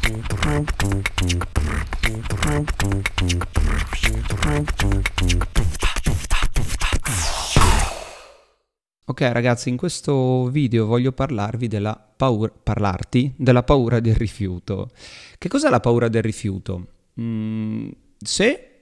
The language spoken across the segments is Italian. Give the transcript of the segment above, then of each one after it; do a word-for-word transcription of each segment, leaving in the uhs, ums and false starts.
Ok ragazzi, in questo video voglio parlarvi della paura, parlarti della paura del rifiuto. Che cos'è la paura del rifiuto? Mm, se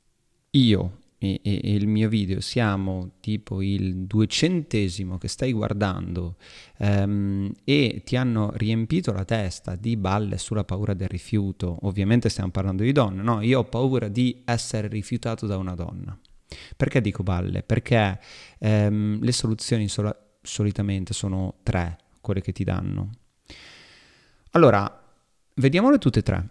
io e, e, e il mio video siamo tipo il duecentesimo che stai guardando ehm, e ti hanno riempito la testa di balle sulla paura del rifiuto, ovviamente stiamo parlando di donne, no? Io ho paura di essere rifiutato da una donna. Perché dico balle? Perché ehm, le soluzioni sola- solitamente sono tre, quelle che ti danno. Allora, vediamole tutte e tre.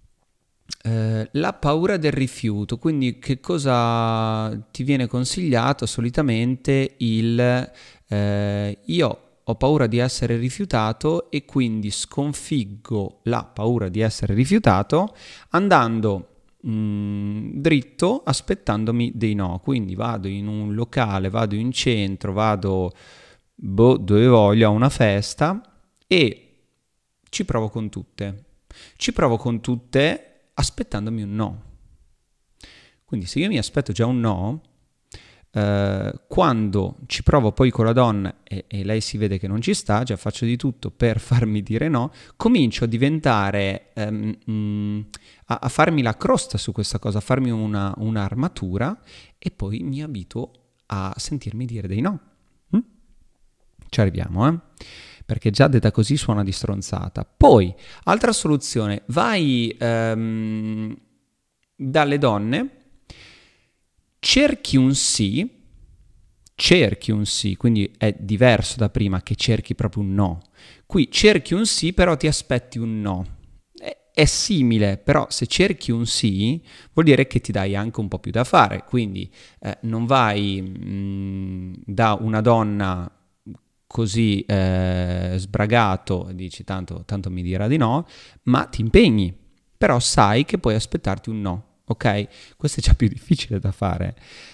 Eh, la paura del rifiuto, quindi che cosa ti viene consigliato? Solitamente il eh, io ho paura di essere rifiutato e quindi sconfiggo la paura di essere rifiutato andando Mm, dritto aspettandomi dei no, quindi vado in un locale, vado in centro, vado boh, dove voglio, a una festa e ci provo con tutte, ci provo con tutte aspettandomi un no. Quindi se io mi aspetto già un no, eh, quando ci provo poi con la donna e, e lei si vede che non ci sta, già faccio di tutto per farmi dire no, comincio a diventare, ehm, mh, a, a farmi la crosta su questa cosa, a farmi una, un'armatura e poi mi abituo a sentirmi dire dei no. Mm? Ci arriviamo, eh? Perché già detta così suona di stronzata. Poi, altra soluzione, vai ehm, dalle donne, cerchi un sì, cerchi un sì, quindi è diverso da prima che cerchi proprio un no. Qui cerchi un sì, però ti aspetti un no. È, è simile, però se cerchi un sì, vuol dire che ti dai anche un po' più da fare. Quindi eh, non vai mh, da una donna così eh, sbragato e dici tanto, tanto mi dirà di no, ma ti impegni, però sai che puoi aspettarti un no. Ok? Questo è già più difficile da fare,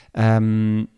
um,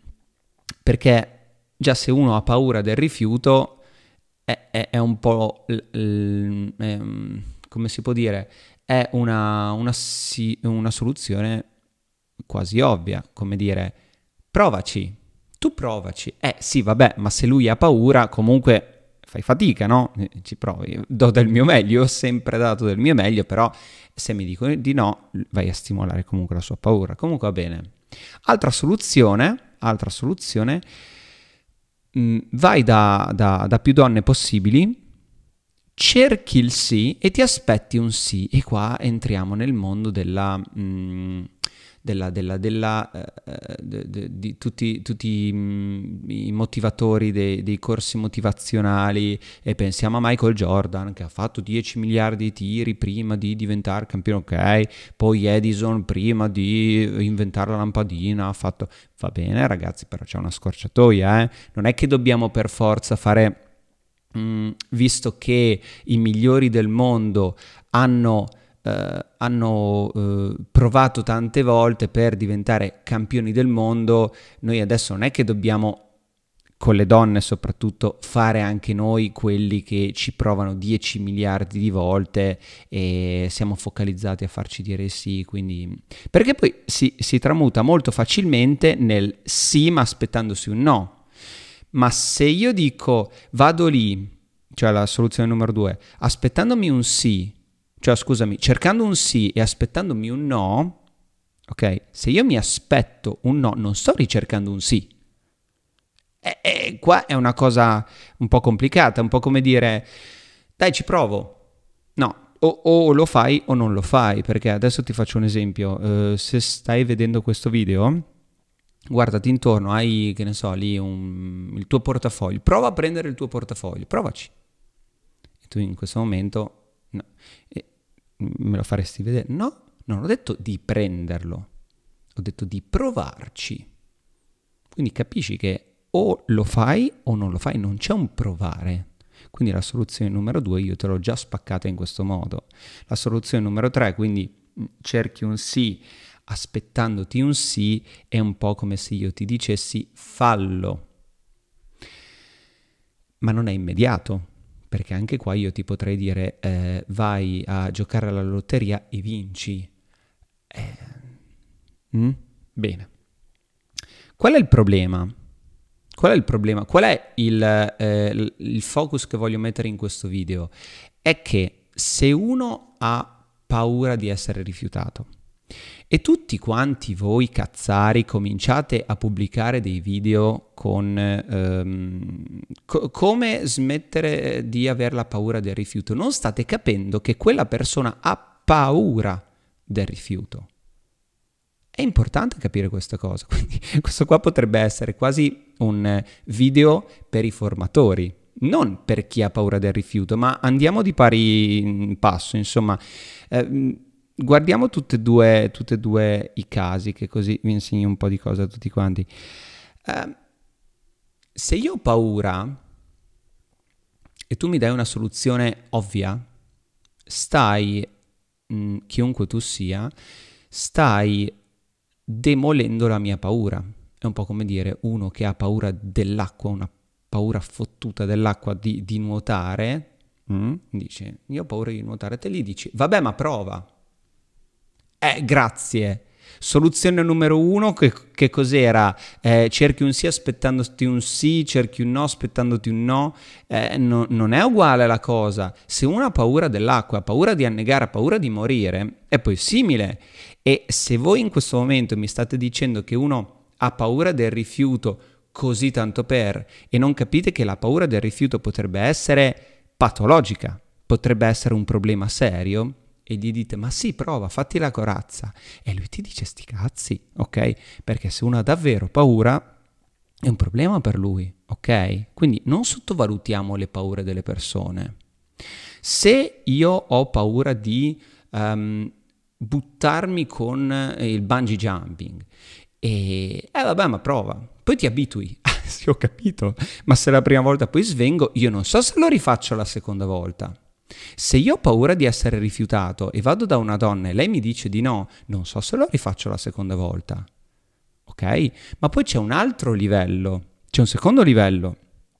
perché già se uno ha paura del rifiuto è, è, è un po', l, l, è, come si può dire, è una, una, sì, una soluzione quasi ovvia, come dire, provaci, tu provaci. Eh sì, vabbè, ma se lui ha paura, comunque fai fatica, no? Ci provi, do del mio meglio, ho sempre dato del mio meglio, però se mi dicono di no, vai a stimolare comunque la sua paura. Comunque va bene. Altra soluzione, altra soluzione, mh, vai da, da, da più donne possibili, cerchi il sì e ti aspetti un sì. E qua entriamo nel mondo della... Mh, della, della, della, eh, de, de, di tutti, tutti mh, i motivatori dei, dei corsi motivazionali, e pensiamo a Michael Jordan che ha fatto dieci miliardi di tiri prima di diventare campione, ok, poi Edison prima di inventare la lampadina ha fatto, va bene ragazzi, però c'è una scorciatoia, eh? Non è che dobbiamo per forza fare, mh, visto che i migliori del mondo hanno Uh, hanno uh, provato tante volte per diventare campioni del mondo, noi adesso non è che dobbiamo, con le donne soprattutto, fare anche noi quelli che ci provano dieci miliardi di volte e siamo focalizzati a farci dire sì, quindi... perché poi si, si tramuta molto facilmente nel sì ma aspettandosi un no. Ma se io dico vado lì, cioè la soluzione numero due, aspettandomi un sì, cioè scusami, cercando un sì e aspettandomi un no, ok? Se io mi aspetto un no, non sto ricercando un sì. E, e qua è una cosa un po' complicata, un po' come dire, dai ci provo. No, o, o lo fai o non lo fai, perché adesso ti faccio un esempio. Uh, se stai vedendo questo video, guardati intorno, hai, che ne so, lì un, il tuo portafoglio. Prova a prendere il tuo portafoglio, provaci. E tu in questo momento... no. E me lo faresti vedere? No, non ho detto di prenderlo, ho detto di provarci. Quindi capisci che o lo fai o non lo fai, non c'è un provare. Quindi la soluzione numero due io te l'ho già spaccata in questo modo. La soluzione numero tre, quindi cerchi un sì aspettandoti un sì, è un po' come se io ti dicessi fallo. Ma non è immediato. Perché anche qua io ti potrei dire, eh, vai a giocare alla lotteria e vinci. Eh, mm? Bene. Qual è il problema? Qual è il problema? Qual è il, eh, il focus che voglio mettere in questo video? È che se uno ha paura di essere rifiutato e tutti quanti voi cazzari cominciate a pubblicare dei video con ehm, co- come smettere di avere la paura del rifiuto, non state capendo che quella persona ha paura del rifiuto. È importante capire questa cosa, quindi questo qua potrebbe essere quasi un video per i formatori, non per chi ha paura del rifiuto, ma andiamo di pari passo, insomma, eh, guardiamo tutte e due, tutte e due i casi, che così vi insegno un po' di cose a tutti quanti. Eh, se io ho paura e tu mi dai una soluzione ovvia, stai, mh, chiunque tu sia, stai demolendo la mia paura. È un po' come dire uno che ha paura dell'acqua, una paura fottuta dell'acqua di, di nuotare, mm? dice io ho paura di nuotare, te gli dici vabbè ma prova. Eh grazie. Soluzione numero uno, che, che cos'era? Eh, cerchi un sì aspettandoti un sì, cerchi un no aspettandoti un no. Eh, no. Non è uguale la cosa. Se uno ha paura dell'acqua, ha paura di annegare, ha paura di morire, è poi simile. E se voi in questo momento mi state dicendo che uno ha paura del rifiuto così tanto per, e non capite che la paura del rifiuto potrebbe essere patologica, potrebbe essere un problema serio, e gli dite ma sì prova, fatti la corazza, e lui ti dice sti cazzi, ok? Perché se uno ha davvero paura è un problema per lui, ok? Quindi non sottovalutiamo le paure delle persone. Se io ho paura di um, buttarmi con il bungee jumping e eh vabbè ma prova, poi ti abitui. Sì, ho capito, ma se la prima volta poi svengo, io non so se lo rifaccio la seconda volta. Se io ho paura di essere rifiutato e vado da una donna e lei mi dice di no, non so se lo rifaccio la seconda volta. Ok? Ma poi c'è un altro livello, c'è un secondo livello.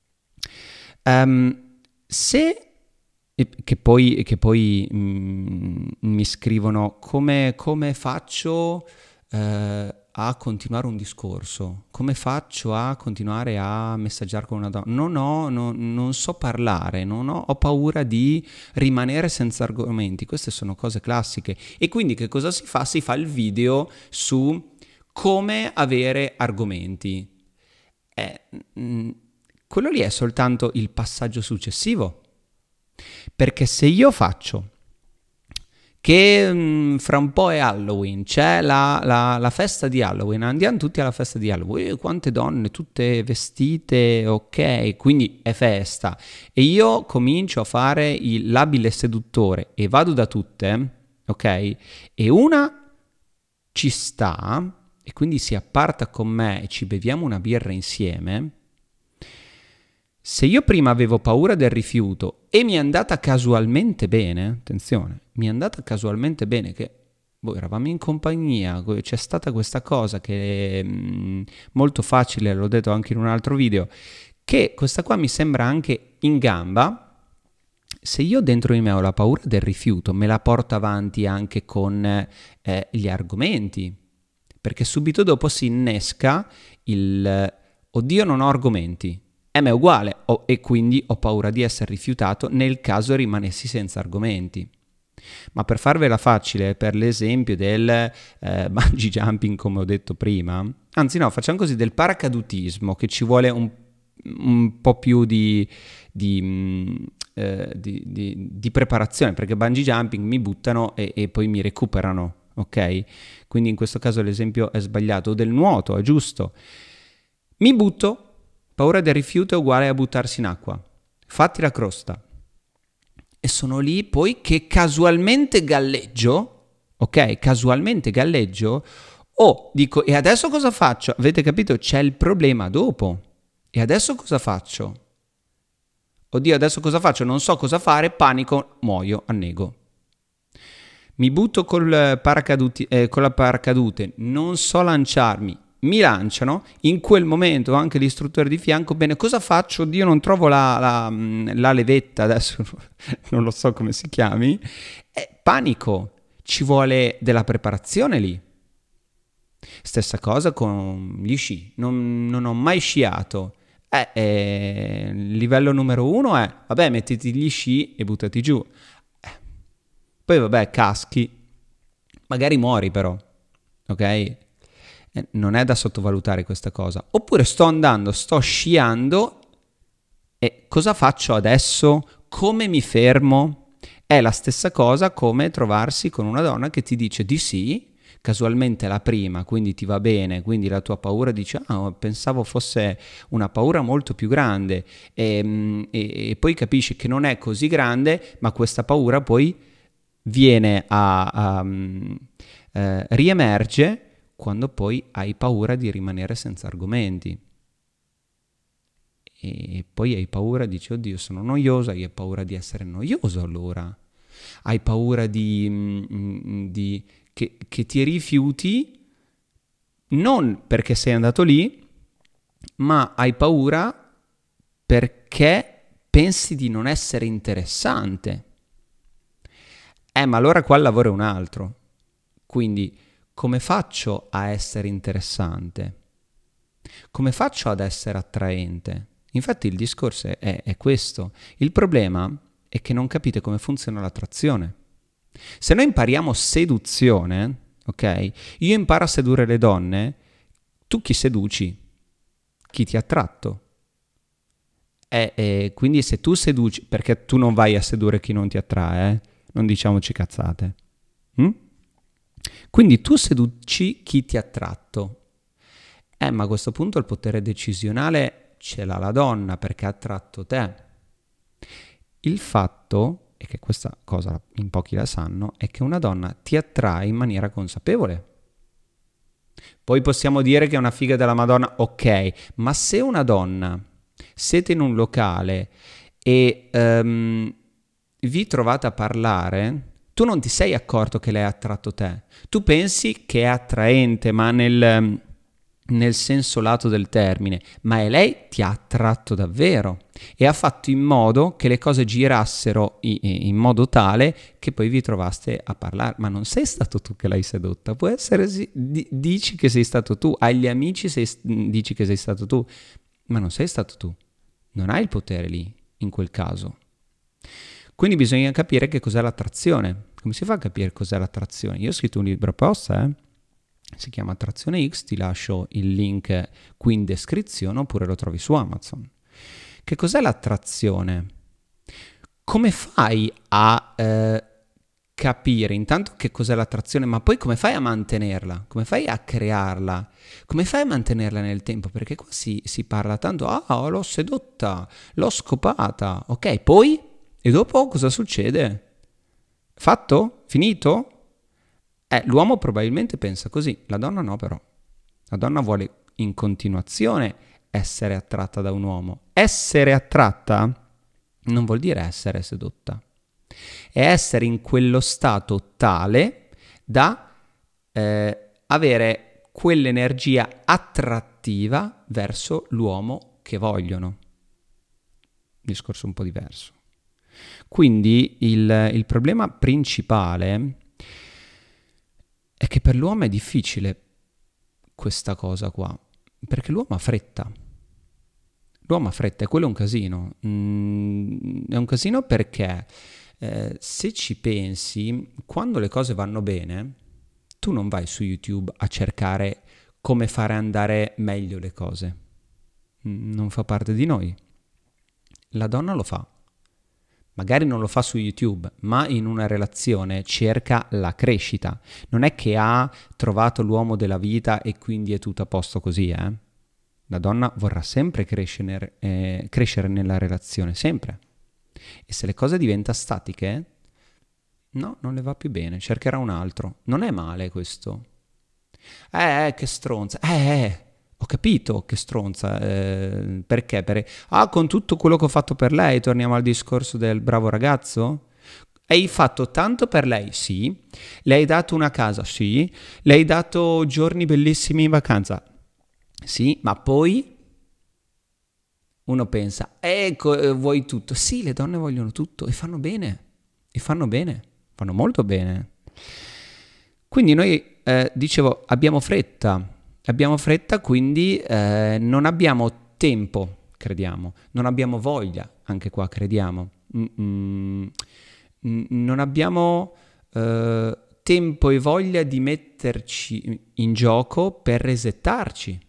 Um, se che poi, che poi mm, mi scrivono come, come faccio eh, a continuare un discorso, come faccio a continuare a messaggiare con una donna, non ho, no, non so parlare, non ho, ho paura di rimanere senza argomenti. Queste sono cose classiche. E quindi che cosa si fa? Si fa il video su come avere argomenti. Eh, mh, quello lì è soltanto il passaggio successivo. Perché se io faccio che mh, fra un po' è Halloween, c'è la, la, la festa di Halloween, andiamo tutti alla festa di Halloween, quante donne, tutte vestite, ok, quindi è festa, e io comincio a fare il, l'abile seduttore e vado da tutte, ok, e una ci sta e quindi si apparta con me e ci beviamo una birra insieme. Se io prima avevo paura del rifiuto e mi è andata casualmente bene, attenzione, mi è andata casualmente bene, che boh, eravamo in compagnia, c'è stata questa cosa che è mh, molto facile, l'ho detto anche in un altro video, che questa qua mi sembra anche in gamba. Se io dentro di me ho la paura del rifiuto, me la porto avanti anche con eh, gli argomenti, perché subito dopo si innesca il oddio non ho argomenti. M è uguale oh, e quindi ho paura di essere rifiutato nel caso rimanessi senza argomenti. Ma per farvela facile, per l'esempio del eh, bungee jumping come ho detto prima, anzi no, facciamo così, del paracadutismo, che ci vuole un, un po' più di, di, mh, eh, di, di, di preparazione, perché bungee jumping mi buttano e, e poi mi recuperano, ok? Quindi in questo caso l'esempio è sbagliato, o del nuoto, è giusto. Mi butto. Paura del rifiuto è uguale a buttarsi in acqua. Fatti la crosta. E sono lì poi che casualmente galleggio, ok? Casualmente galleggio. Oh, dico, e adesso cosa faccio? Avete capito? C'è il problema dopo. E adesso cosa faccio? Oddio, adesso cosa faccio? Non so cosa fare, panico, muoio, annego. Mi butto col paracaduti, eh, con la paracadute, non so lanciarmi, mi lanciano, in quel momento anche l'istruttore di fianco, bene, cosa faccio? Oddio, non trovo la, la, la levetta, adesso non lo so come si chiami, è panico, ci vuole della preparazione lì. Stessa cosa con gli sci, non, non ho mai sciato, eh, eh, livello numero uno è, vabbè, mettiti gli sci e buttati giù, eh. Poi vabbè, caschi, magari muori però, ok? Eh, non è da sottovalutare questa cosa. Oppure sto andando, sto sciando e cosa faccio adesso? Come mi fermo? È la stessa cosa come trovarsi con una donna che ti dice di sì, casualmente la prima, quindi ti va bene, quindi la tua paura dice ah, pensavo fosse una paura molto più grande e, e, e poi capisci che non è così grande, ma questa paura poi viene a, a um, eh, riemerge quando poi hai paura di rimanere senza argomenti. E poi hai paura, dici, oddio, sono noioso, hai paura di essere noioso allora. Hai paura di, di che, che ti rifiuti, non perché sei andato lì, ma hai paura perché pensi di non essere interessante. Eh, ma allora qua il lavoro è un altro. Quindi, come faccio a essere interessante? Come faccio ad essere attraente? Infatti il discorso è, è questo. Il problema è che non capite come funziona l'attrazione. Se noi impariamo seduzione, ok? Io imparo a sedurre le donne, tu chi seduci? Chi ti ha attratto? E, e quindi se tu seduci, perché tu non vai a sedurre chi non ti attrae, eh? Non diciamoci cazzate. Hm? Quindi tu seduci chi ti ha attratto. Eh, ma a questo punto il potere decisionale ce l'ha la donna perché ha attratto te. Il fatto, e che questa cosa in pochi la sanno, è che una donna ti attrae in maniera consapevole. Poi possiamo dire che è una figa della Madonna, ok, ma se una donna, siete in un locale e um, vi trovate a parlare, tu non ti sei accorto che lei ha attratto te. Tu pensi che è attraente, ma nel, nel senso lato del termine, ma è lei ti ha attratto davvero e ha fatto in modo che le cose girassero in, in modo tale che poi vi trovaste a parlare. Ma non sei stato tu che l'hai sedotta, può essere, di, dici che sei stato tu, agli amici sei, dici che sei stato tu, ma non sei stato tu. Non hai il potere lì, in quel caso. Quindi bisogna capire che cos'è l'attrazione. Come si fa a capire cos'è l'attrazione? Io ho scritto un libro apposta, eh? Si chiama Attrazione X, ti lascio il link qui in descrizione oppure lo trovi su Amazon. Che cos'è l'attrazione? Come fai a eh, capire intanto che cos'è l'attrazione, ma poi come fai a mantenerla? Come fai a crearla? Come fai a mantenerla nel tempo? Perché qua si, si parla tanto, ah, l'ho sedotta, l'ho scopata, ok, poi? E dopo cosa succede? Fatto? Finito? Eh, l'uomo probabilmente pensa così, la donna no però. La donna vuole in continuazione essere attratta da un uomo. Essere attratta non vuol dire essere sedotta. È essere in quello stato tale da eh, avere quell'energia attrattiva verso l'uomo che vogliono. Discorso un po' diverso. Quindi il, il problema principale è che per l'uomo è difficile questa cosa qua, perché l'uomo ha fretta. L'uomo ha fretta e quello è un casino. Mm, è un casino perché eh, se ci pensi, quando le cose vanno bene, tu non vai su YouTube a cercare come fare andare meglio le cose. Mm, non fa parte di noi. La donna lo fa. Magari non lo fa su YouTube, ma in una relazione cerca la crescita. Non è che ha trovato l'uomo della vita e quindi è tutto a posto così, eh? La donna vorrà sempre crescere, eh, crescere nella relazione, sempre. E se le cose diventano statiche, no, non le va più bene, cercherà un altro. Non è male questo. Eh, eh che stronza. Eh, eh. Ho capito che stronza, eh, perché? Per... Ah, con tutto quello che ho fatto per lei, torniamo al discorso del bravo ragazzo? Hai fatto tanto per lei? Sì. Le hai dato una casa? Sì. Le hai dato giorni bellissimi in vacanza? Sì, ma poi uno pensa, ecco, eh, vuoi tutto. Sì, le donne vogliono tutto e fanno bene, e fanno bene, fanno molto bene. Quindi noi, eh, dicevo, abbiamo fretta, abbiamo fretta, quindi eh, non abbiamo tempo, crediamo, non abbiamo voglia, anche qua crediamo. Mm, mm, non abbiamo eh, tempo e voglia di metterci in gioco per resettarci.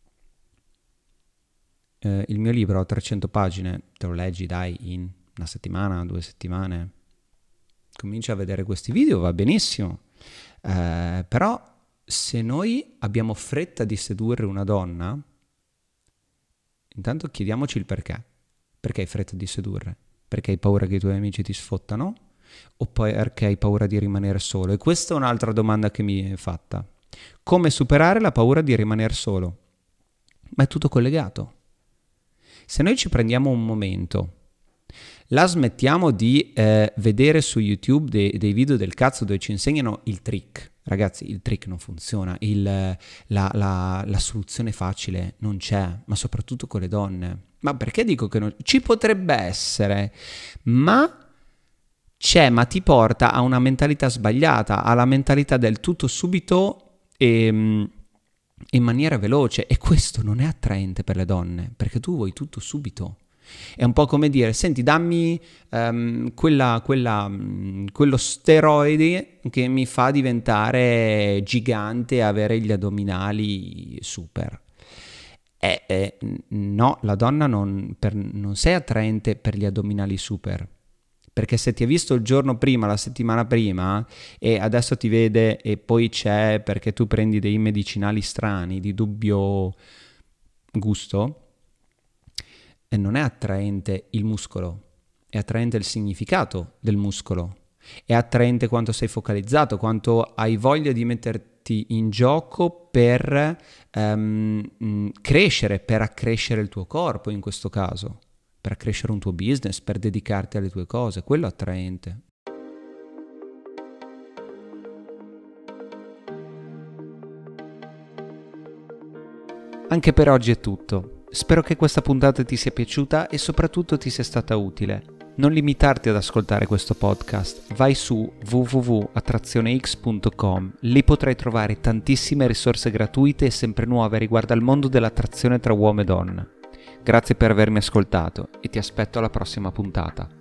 Eh, il mio libro ha trecento pagine, te lo leggi, dai, in una settimana, due settimane. Comincia a vedere questi video, va benissimo. Eh, però se noi abbiamo fretta di sedurre una donna, intanto chiediamoci il perché. Perché hai fretta di sedurre? Perché hai paura che i tuoi amici ti sfottano? O poi perché hai paura di rimanere solo? E questa è un'altra domanda che mi è fatta. Come superare la paura di rimanere solo? Ma è tutto collegato. Se noi ci prendiamo un momento, la smettiamo di eh, vedere su YouTube dei, dei video del cazzo dove ci insegnano il trick. Ragazzi, il trick non funziona, il, la, la, la soluzione facile non c'è, ma soprattutto con le donne. Ma perché dico che non... Ci potrebbe essere, ma c'è, ma ti porta a una mentalità sbagliata, alla mentalità del tutto subito e... in maniera veloce, e questo non è attraente per le donne, perché tu vuoi tutto subito. È un po' come dire, senti, dammi um, quella, quella, um, quello steroide che mi fa diventare gigante e avere gli addominali super. Eh, eh, no, la donna non, per, non sei attraente per gli addominali super. Perché se ti ha visto il giorno prima, la settimana prima, e adesso ti vede e poi c'è perché tu prendi dei medicinali strani di dubbio gusto, e non è attraente il muscolo, è attraente il significato del muscolo, è attraente quanto sei focalizzato, quanto hai voglia di metterti in gioco per um, crescere, per accrescere il tuo corpo in questo caso. Per accrescere un tuo business, per dedicarti alle tue cose, quello è attraente. Anche per oggi è tutto. Spero che questa puntata ti sia piaciuta e soprattutto ti sia stata utile. Non limitarti ad ascoltare questo podcast, vai su w w w punto attrazione x punto com, lì potrai trovare tantissime risorse gratuite e sempre nuove riguardo al mondo dell'attrazione tra uomo e donna. Grazie per avermi ascoltato e ti aspetto alla prossima puntata.